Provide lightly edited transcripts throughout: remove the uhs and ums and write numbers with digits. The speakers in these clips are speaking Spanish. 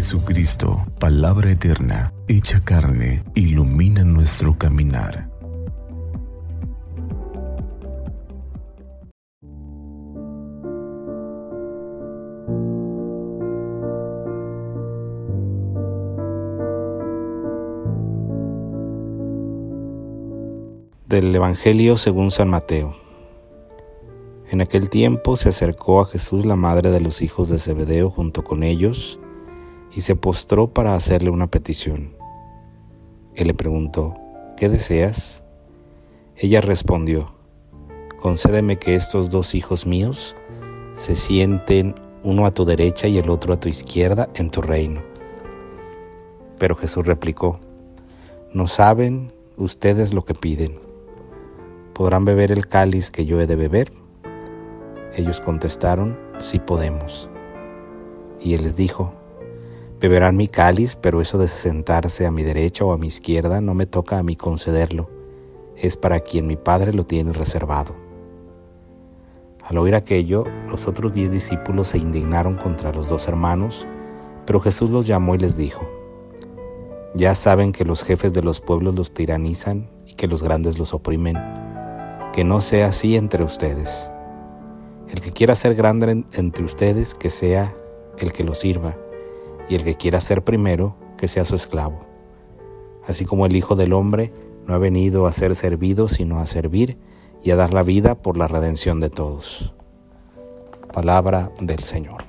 Jesucristo, palabra eterna, hecha carne, ilumina nuestro caminar. Del Evangelio según San Mateo. En aquel tiempo se acercó a Jesús la madre de los hijos de Zebedeo junto con ellos y se postró para hacerle una petición. Él le preguntó: ¿qué deseas? Ella respondió: concédeme que estos dos hijos míos se sienten uno a tu derecha y el otro a tu izquierda en tu reino. Pero Jesús replicó: no saben ustedes lo que piden. ¿Podrán beber el cáliz que yo he de beber? Ellos contestaron: sí podemos. Y él les dijo: beberán mi cáliz, pero eso de sentarse a mi derecha o a mi izquierda no me toca a mí concederlo, es para quien mi Padre lo tiene reservado. Al oír aquello, los otros 10 discípulos se indignaron contra los 2 hermanos, pero Jesús los llamó y les dijo: ya saben que los jefes de los pueblos los tiranizan y que los grandes los oprimen. Que no sea así entre ustedes. El que quiera ser grande entre ustedes, que sea el que lo sirva, y el que quiera ser primero, que sea su esclavo. Así como el Hijo del Hombre no ha venido a ser servido, sino a servir y a dar la vida por la redención de todos. Palabra del Señor.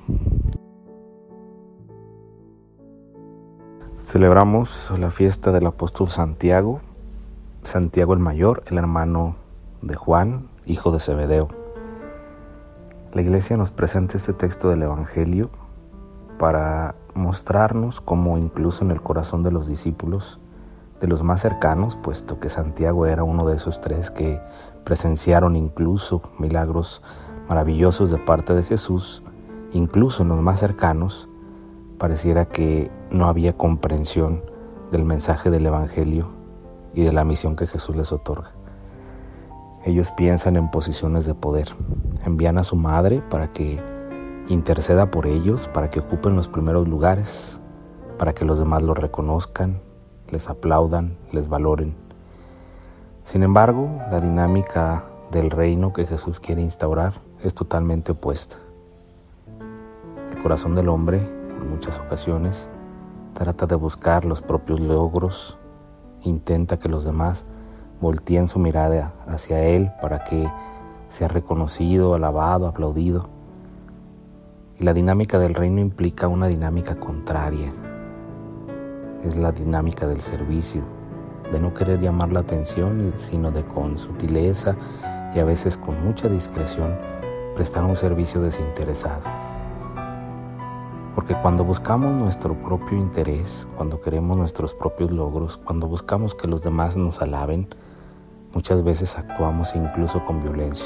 Celebramos la fiesta del apóstol Santiago, Santiago el Mayor, el hermano de Juan, hijo de Zebedeo. La Iglesia nos presenta este texto del Evangelio para mostrarnos cómo incluso en el corazón de los discípulos, de los más cercanos, puesto que Santiago era uno de esos 3 que presenciaron incluso milagros maravillosos de parte de Jesús, incluso en los más cercanos, pareciera que no había comprensión del mensaje del Evangelio y de la misión que Jesús les otorga. Ellos piensan en posiciones de poder, envían a su madre para que interceda por ellos, para que ocupen los primeros lugares, para que los demás los reconozcan, les aplaudan, les valoren. Sin embargo, la dinámica del reino que Jesús quiere instaurar es totalmente opuesta. El corazón del hombre, en muchas ocasiones, trata de buscar los propios logros, intenta que los demás volteen su mirada hacia Él para que sea reconocido, alabado, aplaudido. Y la dinámica del reino implica una dinámica contraria. Es la dinámica del servicio, de no querer llamar la atención, sino de con sutileza y a veces con mucha discreción prestar un servicio desinteresado. Porque cuando buscamos nuestro propio interés, cuando queremos nuestros propios logros, cuando buscamos que los demás nos alaben, muchas veces actuamos incluso con violencia.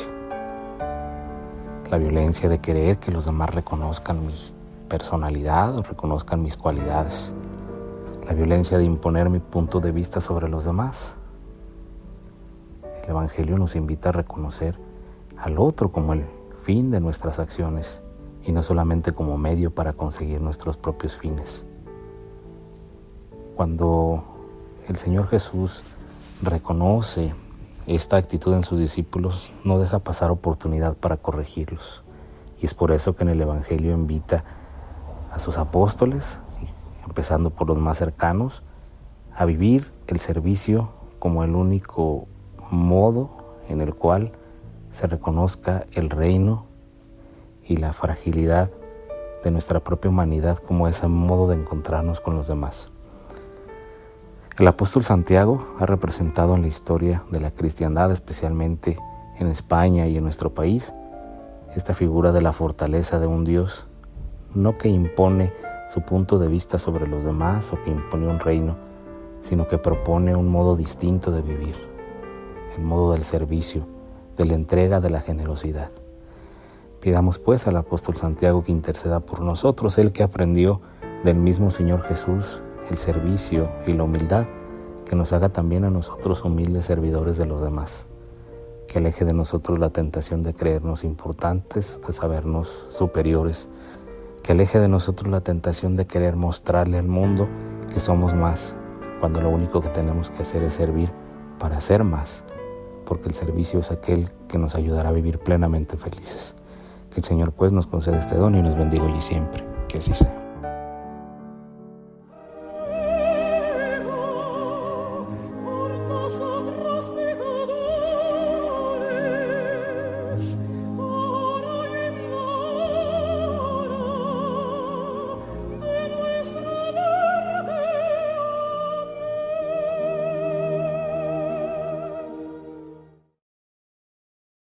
La violencia de querer que los demás reconozcan mi personalidad o reconozcan mis cualidades. La violencia de imponer mi punto de vista sobre los demás. El Evangelio nos invita a reconocer al otro como el fin de nuestras acciones y no solamente como medio para conseguir nuestros propios fines. Cuando el Señor Jesús reconoce esta actitud en sus discípulos, no deja pasar oportunidad para corregirlos. Y es por eso que en el Evangelio invita a sus apóstoles, empezando por los más cercanos, a vivir el servicio como el único modo en el cual se reconozca el reino y la fragilidad de nuestra propia humanidad como ese modo de encontrarnos con los demás. El apóstol Santiago ha representado en la historia de la cristiandad, especialmente en España y en nuestro país, esta figura de la fortaleza de un Dios, no que impone su punto de vista sobre los demás o que impone un reino, sino que propone un modo distinto de vivir, el modo del servicio, de la entrega, de la generosidad. Pidamos pues al apóstol Santiago que interceda por nosotros, él que aprendió del mismo Señor Jesús el servicio y la humildad, que nos haga también a nosotros humildes servidores de los demás, que aleje de nosotros la tentación de creernos importantes, de sabernos superiores, que aleje de nosotros la tentación de querer mostrarle al mundo que somos más, cuando lo único que tenemos que hacer es servir para ser más, porque el servicio es aquel que nos ayudará a vivir plenamente felices. Que el Señor pues nos conceda este don y nos bendiga hoy y siempre. Que así sea.